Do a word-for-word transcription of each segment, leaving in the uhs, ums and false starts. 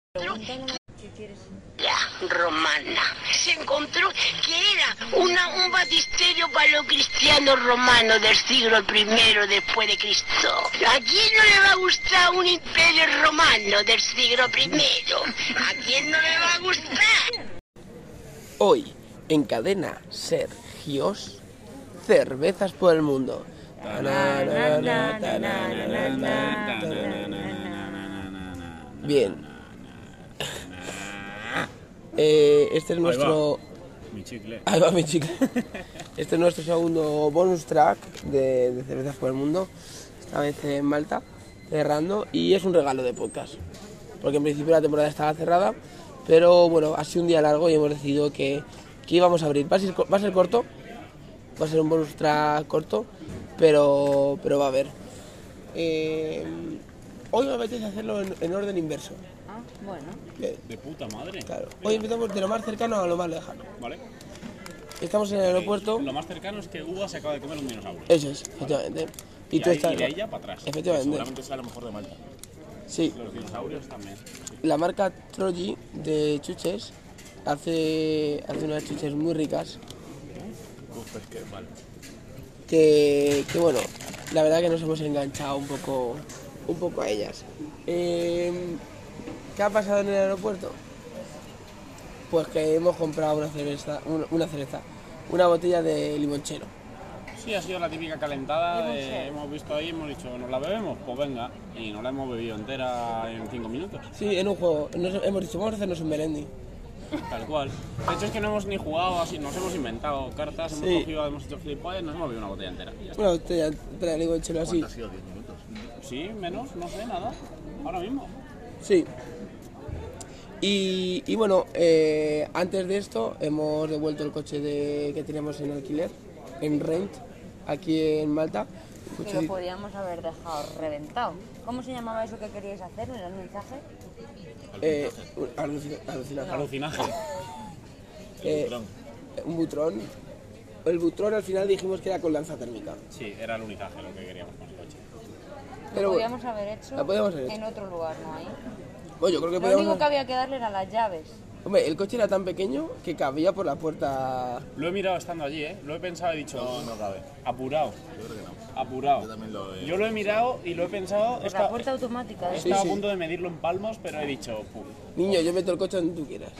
¿Qué quieres? La romana. Se encontró que era una, un baptisterio para los cristianos romanos del siglo primero después de Cristo. ¿A quién no le va a gustar un imperio romano del siglo primero? ¿A quién no le va a gustar? Hoy, en Cadena Sergios, cervezas por el mundo. Bien. Eh, este es nuestro... Mi chicle. Ahí va mi chicle. Este es nuestro segundo bonus track de, de cervezas por el mundo. Esta vez en Malta, cerrando. Y es un regalo de podcast. Porque en principio la temporada estaba cerrada. Pero bueno, ha sido un día largo y hemos decidido que, que íbamos a abrir. Va a ser, va a ser corto. Va a ser un bonus track corto. Pero, pero va a haber. Eh, hoy me apetece hacerlo en, en orden inverso. Ah, bueno. Bien. De puta madre. Claro. Hoy empezamos de lo más cercano a lo más lejano. Vale. Estamos en el aeropuerto. Lo más cercano es que Hugo se acaba de comer un dinosaurio. Eso es, efectivamente. Y, Y, tú ahí, estás. y de ella para atrás. Efectivamente. Seguramente sea lo mejor de Malta. Sí. Los dinosaurios también. La marca Troji de chuches hace, hace unas chuches muy ricas. Uf, es que vale. Que, que bueno, la verdad que nos hemos enganchado un poco, un poco a ellas. Eh, ¿Qué ha pasado en el aeropuerto? Pues que hemos comprado una cerveza, una, una cerveza, una botella de limonchero. Sí, ha sido la típica calentada. De, hemos visto ahí, hemos dicho, ¿nos la bebemos? Pues venga. Y nos la hemos bebido entera en cinco minutos. Sí, en un juego. Nos hemos dicho, vamos a hacernos un merendi. Tal cual. De hecho es que no hemos ni jugado así, nos hemos inventado cartas, hemos Sí. cogido, hemos hecho gilipollas y nos hemos bebido una botella entera. Y ya está. Una botella de limonchero así. ¿Cuánto ha sido? ¿diez minutos? Sí, menos, no sé, nada. Ahora mismo. Sí. Y, y bueno, eh, antes de esto hemos devuelto el coche de, que teníamos en alquiler, en rent, aquí en Malta. Un Que coche- lo podíamos haber dejado reventado. ¿Cómo se llamaba eso que queríais hacer en el alunizaje? eh, un- alucina- alucinante. Alucinaje. Eh, Butrón. un butrón. El butrón al final dijimos que era con lanza térmica. Sí, era alunizaje lo que queríamos con el coche. Pero Lo bueno, podíamos haber hecho la podíamos haber hecho. en otro lugar, ¿no? Ahí. bueno, yo creo que Lo podíamos... único que había que darle eran las llaves. Hombre, el coche era tan pequeño que cabía por la puerta... Lo he mirado estando allí, ¿eh? Lo he pensado y he dicho, No, no cabe. apurado, Yo creo que no. apurado. Yo también lo he- Yo lo he mirado y lo he pensado, Por esta- la puerta automática. ¿eh? Sí, estaba sí. a punto de medirlo en palmos, pero he dicho, puf, Niño, yo meto el coche donde tú quieras.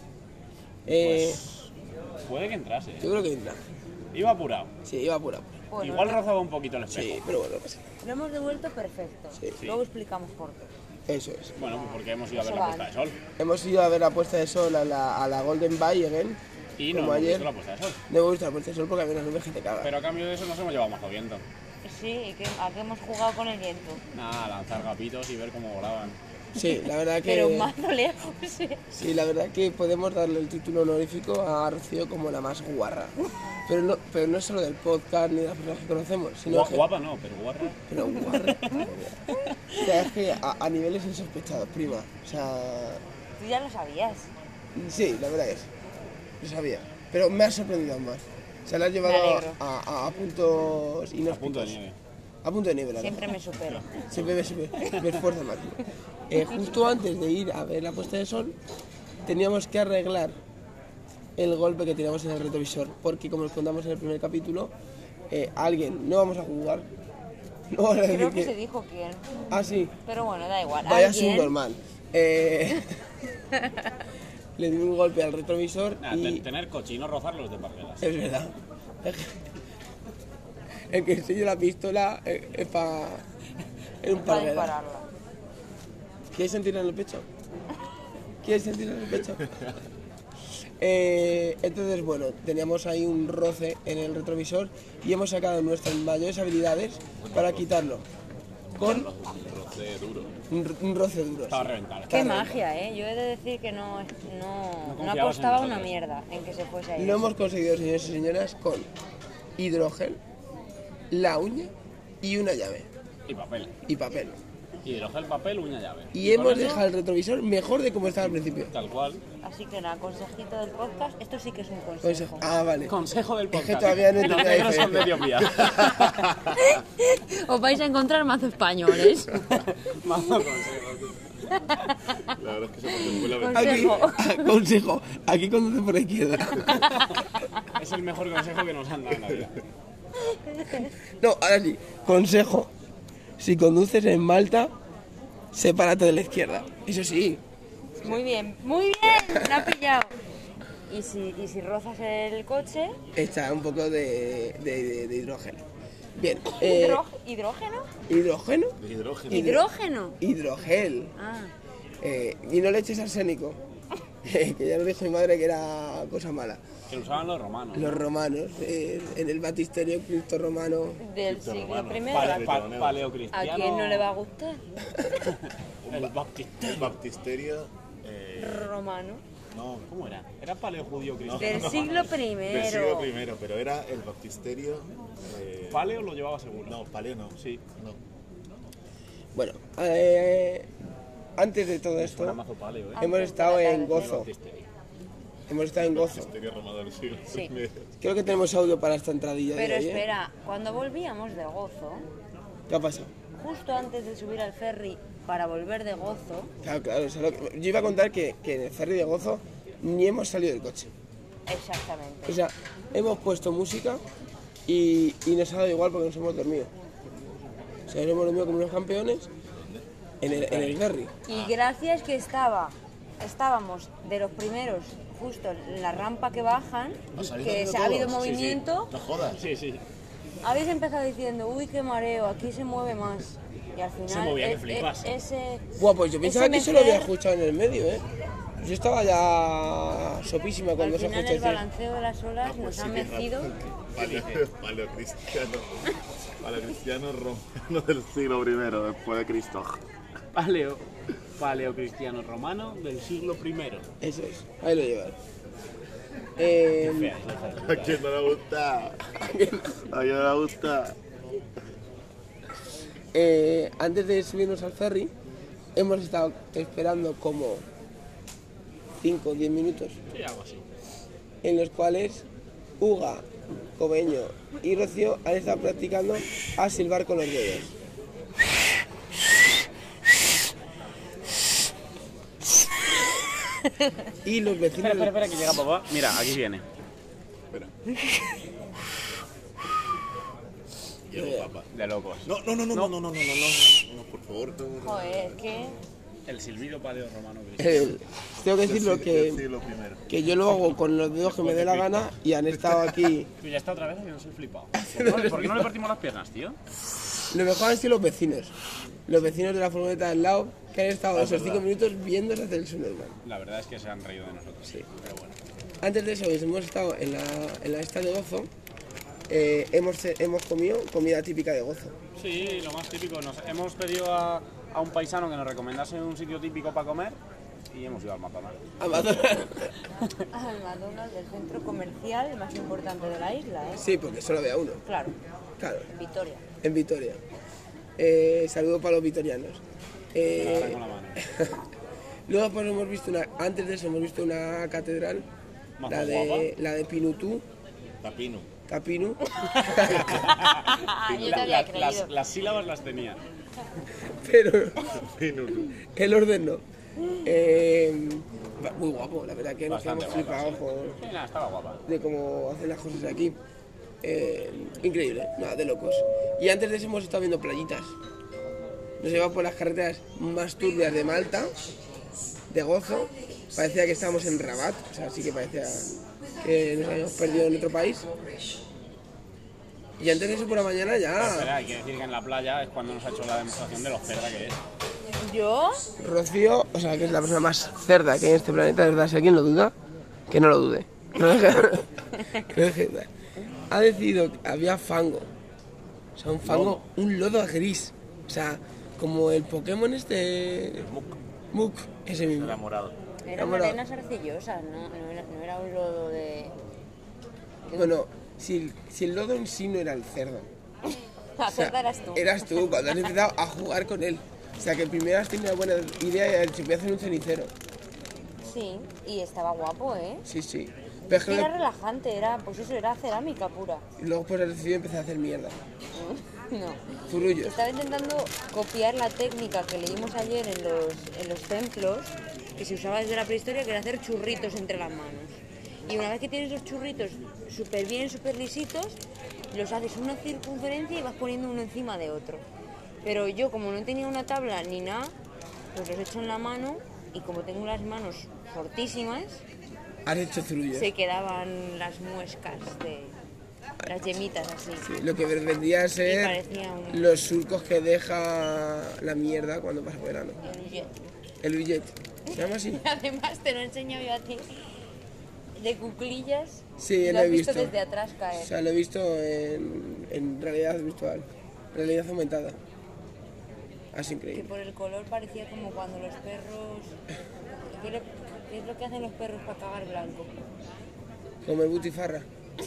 Eh, puede que entrase. ¿eh? yo creo que entra. Iba apurado. Sí, iba por ahí. Bueno, Igual lo- rozaba un poquito el espejo. Sí, pero bueno, pues sí. Lo hemos devuelto perfecto. Sí. Luego explicamos por qué. Eso es. Bueno, pues porque hemos ido a ver Eso la vale. puesta de sol. Hemos ido a ver la puesta de sol a la, a la Golden Bay again, Y no como hemos ayer. visto la puesta de sol. No hemos visto la puesta de sol porque había unas nubes que te cagas. Pero a cambio de eso nos hemos llevado mazo viento. Sí, ¿y qué- ¿a qué hemos jugado con el viento? Nada, lanzar gapitos y ver cómo volaban. Sí, la verdad que... Pero más no lejos, sí. Sí, la verdad que podemos darle el título honorífico a Rocío como la más guarra. Pero no, pero no es solo del podcast ni de las personas que conocemos, sino Gua- que... Guapa no, pero guarra. Pero guarra. O sea, es que a, a niveles insospechados, prima. O sea... Tú ya lo sabías. Sí, la verdad es. Lo sabía. Pero me ha sorprendido aún más. Se la has llevado Me alegro. a, a- a puntos inhóspitos. A punto de nieve. A punto de nieve, la Siempre verdad. me supero. Siempre me, me, me esfuerzo más. Eh, justo antes de ir a ver la puesta de sol, teníamos que arreglar el golpe que teníamos en el retrovisor. Porque, como os contamos en el primer capítulo, eh, alguien, no vamos a jugar, no vamos a decir Creo que que... se dijo quién. Ah, sí, Pero bueno, da igual. vaya Alguien- subnormal. Eh, le di un golpe al retrovisor Nada, y... ten- tener coche y no rozarlos de parguelas. Es verdad. El que enseña la pistola es, es para... Es un Para parguela. dispararla. ¿Quieres sentirla en el pecho? ¿Quieres sentirla en el pecho? Eh, entonces, bueno, teníamos ahí un roce en el retrovisor y hemos sacado nuestras mayores habilidades para quitarlo. Con Roce duro. un, un roce duro. Estaba sí. reventado. Qué Claro. magia, ¿eh? Yo he de decir que no, no, no confiabas apostaba en una nosotros. mierda en que se fuese a ir. Lo hemos conseguido, señores y señoras, con hidrogel, la uña y una llave. Y papel. Y papel. Hidrogel, papel, uña, llave. Y hemos con eso, dejado el retrovisor mejor de como estaba al principio. Tal cual. Así que nada, consejito del podcast. Esto sí que es un Pues, consejo. ah, vale. Consejo del Es que podcast. todavía no Los entendí la negros son de diferencia. Etiopía. Os vais a encontrar más españoles. Mazo consejo. La verdad es que se porque fue la verdad. Aquí, Consejo. consejo, aquí conduce por la izquierda. Es el mejor consejo que nos han dado en la vida. No, ahora sí, consejo. Si conduces en Malta, sepárate de la izquierda. Eso sí, Muy bien, muy bien, me ha pillado. Y si, y si rozas el coche, echa un poco de, de, de- de hidrógeno. Bien, eh, hidro- hidrógeno. hidrógeno, De hidrógeno. Hidrógeno. hidrogel. Ah, Eh, y no le eches arsénico, que ya nos dijo mi madre que era cosa mala. Que lo usaban los romanos. Los romanos, eh, en el batisterio cristo romano. del siglo primero. Pale- pa- ¿A paleocristiano. quién no le va a gustar? El baptista. El baptisterio. Eh, Romano. no, ¿Cómo era? Era paleo-judío cristiano. Del siglo del siglo primero. primero, pero era el baptisterio. Eh, Paleo lo llevaba seguro. no, paleo no. Sí. No. Bueno, eh, antes de todo esto, Suena mazo paleo, ¿eh? hemos estado en Gozo. Baptisterio. Hemos estado en Gozo. Baptisterio romano del siglo Sí. primero. Creo que tenemos audio para esta entradilla Pero de hoy, ¿eh? espera, cuando volvíamos de Gozo, ¿Qué ha pasado? justo antes de subir al ferry para volver de Gozo, Claro, claro, o sea, lo que- yo iba a contar que, que en el ferry de Gozo ni hemos salido del coche. exactamente. O sea, hemos puesto música y, y nos ha dado igual porque nos hemos dormido. O sea, nos hemos dormido como unos campeones en el, en el ferry. Y gracias que estaba, estábamos de los primeros justo en la rampa que bajan, ¿Os habéis que dormido se ha habido todos? Sí, sí. movimiento, No jodas. Sí, sí. habéis empezado diciendo, uy, qué mareo, aquí se mueve más. Y al final, movía que e- flipas. e- ese... Buah, pues yo pensaba ese que solo había mecer, escuchado en el medio, ¿eh? Yo estaba ya sopísima cuando Al se final escuchó el decir. balanceo de las olas Pues nos sí ha que es mecido. Paleo, paleocristiano. Paleocristiano romano del siglo primero, después de Cristo. Paleo. Paleocristiano romano del siglo primero. Eso es, ahí lo llevas. Eh, Fea, esa, esa. ¿A quién no le gusta? ¿A quién no le gusta? eh, antes de subirnos al ferry, hemos estado esperando como cinco o diez minutos, Sí, algo así. en los cuales Uga, Cobeño y Rocío han estado practicando a silbar con los dedos. Y los vecinos... Espera, espera, espera, que llega papá. Mira, aquí viene. Espera. Llego, papá. De locos. No, no, no, no, no, no, no, no, no, no, no, por favor. No, no. Joder, es que... El silbido paleo romano cristiano. Eh, tengo que decirlo Del que, siglo primero. que yo lo hago con los dedos que me dé la gana y han estado aquí. Tú ya está otra vez que no soy flipado. ¿Por qué no, por qué no le partimos las piernas, tío? Lo mejor han sido los vecinos. Los vecinos de la furgoneta de al lado que han estado esos cinco minutos viéndose hacer el Sunderman. La verdad es que se han reído de nosotros. Sí. Pero bueno. Antes de eso, pues, hemos estado en la, en la esta de Gozo. Eh, hemos, hemos comido comida típica de Gozo. Sí, lo más típico. Nos hemos pedido a, a un paisano que nos recomendase un sitio típico para comer y hemos ido al McDonald's. A McDonald's. Al McDonald's del centro comercial más importante de la isla, ¿eh? Sí, porque solo había uno. Claro, Claro, Vitoria. en Vitoria. Eh, saludo para los vitorianos. Eh, Ahora con la mano. luego pues hemos visto una, antes de eso hemos visto una catedral, Más la guapa. de, la de Pinutú, Tapino. Tapinu, Ah, yo te La- había la- creído. las, las sílabas las tenía. pero Tapino. el orden no. Eh, muy guapo, la verdad que nos Bastante hemos guapa, flipado sí. por- Sí, nada, estaba guapa. de cómo hacen las cosas aquí. Eh, increíble, nada, de locos. Y antes de eso hemos estado viendo playitas. Nos llevamos por las carreteras más turbias de Malta, de Gozo. Parecía que estábamos en Rabat, o sea, sí que parecía que nos habíamos perdido en otro país. Y antes de eso por la mañana Pero ya espera, hay que decir que en la playa es cuando nos ha hecho la demostración de lo cerda que es. ¿Yo? Rocío, o sea, que es la persona más cerda que hay en este planeta, de verdad, si alguien lo duda, que no lo dude. Que no deje- que no deje de dudar. Ha decidido que había fango. O sea, un fango, un lodo gris. O sea, como el Pokémon este... Muk. Ese mismo. Enamorado. Eran Cámara. arenas arcillosas, ¿no? No era, no era un lodo de... de- Bueno, si el, si el lodo en sí no era el cerdo. La O sea, cerda eras tú. Eras tú, cuando has empezado a jugar con él. O sea, que primero has tenido una buena idea y se voy a hacer un cenicero. Sí, y estaba guapo, ¿eh? Sí, sí. Pero es que Era lo- relajante, era, pues eso, era cerámica pura. y luego pues he decidido empezar a hacer mierda. No. Zurullos. Estaba intentando copiar la técnica que leímos ayer en los, en los templos, que se usaba desde la prehistoria, que era hacer churritos entre las manos. Y una vez que tienes los churritos súper bien, súper lisitos, los haces una circunferencia y vas poniendo uno encima de otro. Pero yo, como no tenía una tabla ni nada, pues los echo en la mano y como tengo las manos fortísimas, Has hecho zurullos. se quedaban las muescas de las yemitas así. Sí, lo que vendría a Y ser parecía un... los surcos que deja la mierda cuando pasa verano. un jet. El billet. ¿Se llama así? Además te lo he enseñado yo a ti, de cuclillas. Sí, lo lo has he visto visto. desde atrás caer. O sea, lo he visto en, en realidad virtual. Realidad aumentada. Así Que increíble. por el color parecía como cuando los perros... ¿Qué, le- qué es lo que hacen los perros para cagar blanco? Como el butifarra.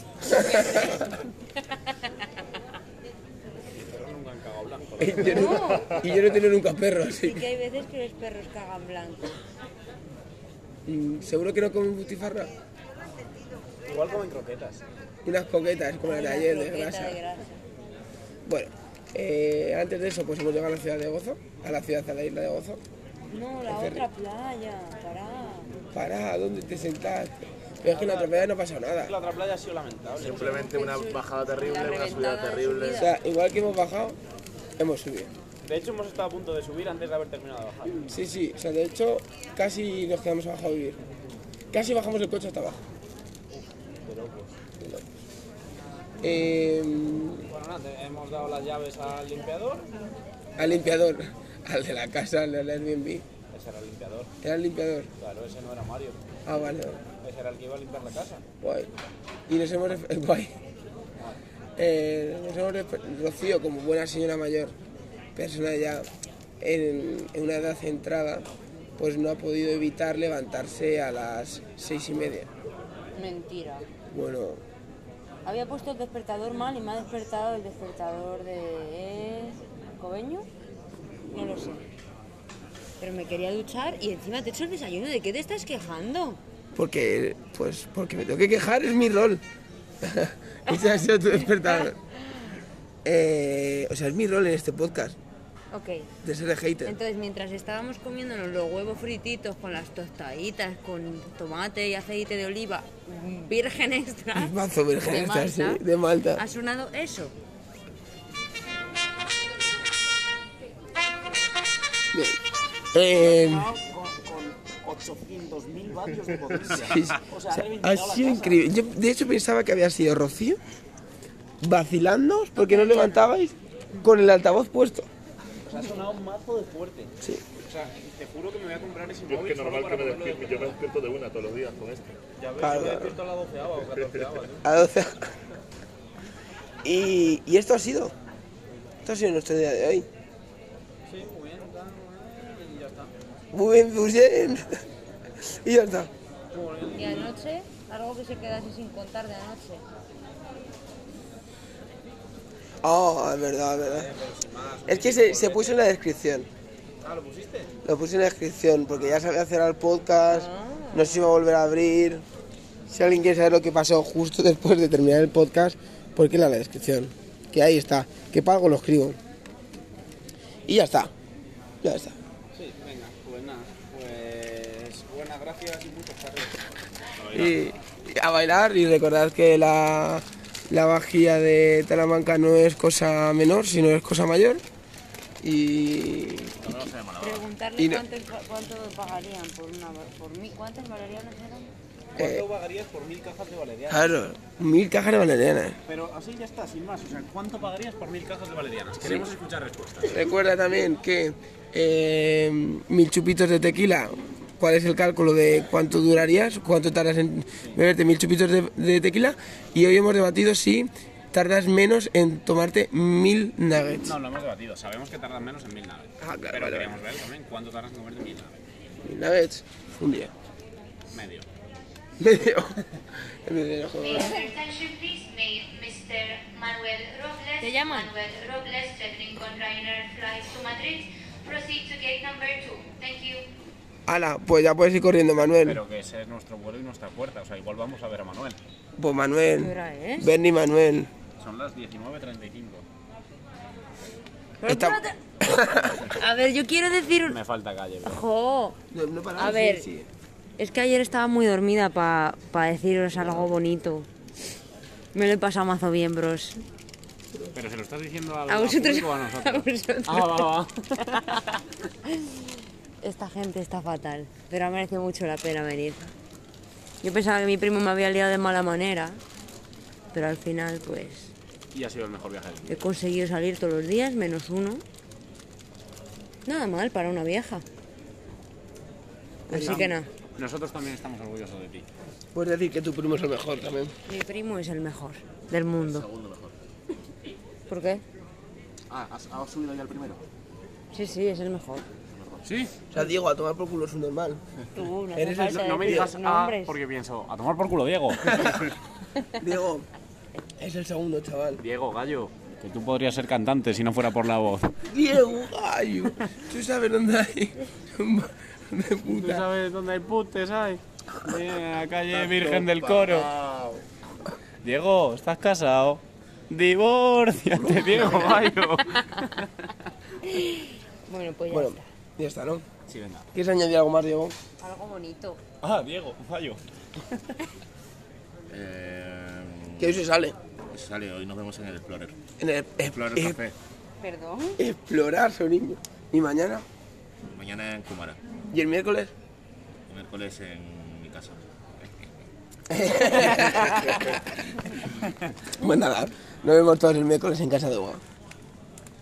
Nunca han cagado blanco. Y yo no, y yo no he tenido nunca perro, así Sí que... que hay veces que los perros cagan blanco. Mm, ¿Seguro que no comen butifarra? Igual comen croquetas. Unas coquetas como las de Una ayer de croqueta grasa. de grasa. Bueno, eh, antes de eso pues hemos llegado a la ciudad de Gozo, a la ciudad, a la isla de Gozo. No, la ferry. otra playa, pará. Pará, ¿dónde te sentaste? Pero es que en la otra playa no ha pasado nada. La otra playa ha sido lamentable. Simplemente una bajada terrible, La una subida reventada de terrible. O sea, igual que hemos bajado, hemos subido. De hecho, hemos estado a punto de subir antes de haber terminado de bajar. Sí, sí, o sea, de hecho, casi nos quedamos abajo a vivir. Casi bajamos el coche hasta abajo. De locos. De locos. Eh, Bueno, nada, te- hemos dado las llaves al limpiador. al limpiador, al de la casa, al del Airbnb. Ese era el limpiador. Era el limpiador. Claro, ese no era Mario. Ah, vale, vale. Ese era el que iba a limpiar la casa. Guay. Y nos hemos... ref- Guay. Eh, nos hemos... ref- Rocío, como buena señora mayor, persona ya en, en una edad centrada, pues no ha podido evitar levantarse a las seis y media. Mentira. Bueno, Había puesto el despertador mal y me ha despertado el despertador de... ¿Cobeño? No lo sé. Pero me quería duchar y encima te he hecho el desayuno. ¿De qué te estás quejando? porque... Pues porque me tengo que quejar, es mi rol. Ese ha sido tu despertador. Eh, o sea, es mi rol en este podcast, Ok. de ser el hater. Entonces, mientras estábamos comiéndonos los huevos frititos con las tostaditas, con tomate y aceite de oliva virgen extra, Mazo virgen de extra, sí, Malta, de Malta. ha sonado eso. Bien. Eh, Con, con ochocientos mil vatios de potencia. sí, O o sea, ha sea, reventado ha la sido casa. increíble. Yo de hecho pensaba que había sido Rocío vacilándoos porque no levantabais con el altavoz puesto. O sea, ha sonado un mazo de fuerte. Sí. O sea, te juro que me voy a comprar ese Yo es móvil que solo normal para que me ponerlo de despierto, yo me despierto de una todos los días con esto. Ya ves, Claro, yo me claro. despierto a la doceava o catorceava, tío. A doce. Y, y esto ha sido. Esto ha sido nuestro día de hoy. Sí, muy bien, tal, y ya está. Muy bien, muy bien. Y ya está. Muy bien. Y anoche, algo que se quedase sin contar de anoche. Oh, es verdad, es verdad. Es que se, se puso en la descripción. Ah, ¿lo pusiste? Lo puse en la descripción porque ya se había cerrado el podcast, no se iba a volver a abrir. Si alguien quiere saber lo que pasó justo después de terminar el podcast, pues que lea la descripción. Que ahí está, que para algo lo escribo. Y ya está, ya está. Sí, venga, pues nada. Pues buenas gracias y muchos carros. Y, y a bailar y recordad que la, la vajilla de Talamanca no es cosa menor, sino es cosa mayor. Y, Preguntarle Y no- cuánto, cuánto pagarían por una... Por mí, ¿cuántas valerianas eran? ¿Cuánto pagarías por mil cajas de valeriana? claro, mil cajas de valeriana. Pero así ya está, sin más. O sea, ¿cuánto pagarías por mil cajas de valerianas? Queremos escuchar respuestas. Recuerda también que eh, mil chupitos de tequila, ¿cuál es el cálculo de cuánto durarías? ¿Cuánto tardas en beberte mil chupitos de, de tequila? Y hoy hemos debatido si tardas menos en tomarte mil nuggets. No, lo hemos debatido. Sabemos que tardan menos en mil naves. Ah, claro, pero vale, queríamos ver también cuánto tardas en comerte mil naves. Mil nuggets, un día. Medio. Medio. Medio, joder. Attention please, may mister Manuel Robles, ¿Te llaman? Manuel Robles, checking con Ryanair flights to Madrid, proceed to gate number two. Thank you. Ala, pues ya puedes ir corriendo, Manuel. Pero que ese es nuestro vuelo y nuestra puerta. O sea, igual vamos a ver a Manuel. Pues Manuel. ¿Qué hora es? Bernie Manuel. Son las diecinueve treinta y cinco. Pero Está- espérate. A ver, yo quiero decir... Me falta calle, bro. Jo, No, no para, a sí, ver, sí. es que ayer estaba muy dormida para pa deciros algo bonito. Me lo he pasado mazo bien, bros. Pero se lo estás diciendo al A al vosotros. público o a A nosotros. vosotros. Ah, va, va. Esta gente está fatal, pero ha merecido mucho la pena venir. Yo pensaba que mi primo me había liado de mala manera, pero al final, pues, Y ha sido el mejor viaje del mundo. he conseguido salir todos los días, menos uno. Nada mal para una vieja. Así que nada, Nosotros también estamos orgullosos de ti. Puedes decir que tu primo es el mejor también. mi primo es el mejor del mundo. Segundo mejor. ¿Por qué? Ah, ¿has, has subido ya el primero? Sí, sí, es el mejor. ¿Sí? O sea, Diego, a tomar por culo es un normal. Tú, no Eres hace el- falta No me decir digas ah, nombres. porque pienso, a tomar por culo, Diego. Diego, es el segundo, chaval. Diego, gallo, que tú podrías ser cantante si no fuera por la voz. Diego, gallo. ¿Tú sabes dónde hay un bar de ¿Tú puta? sabes dónde hay putes, hay? En la calle Virgen del Coro. Diego, ¿estás casado? Divórciate, Diego, gallo. Bueno, pues ya Bueno, está. ya está, ¿no? Sí, venga. ¿Quieres añadir algo más, Diego? Algo bonito. Ah, Diego, gallo. Eh, Que hoy se sale. sale, hoy nos vemos en el Explorer. En el Explorer eh, Café. Perdón. explorar, su niño. ¿Y mañana? Mañana en Kumara. ¿Y el miércoles? El miércoles en mi casa. Pues nada, nos vemos todos el miércoles en casa de Boa.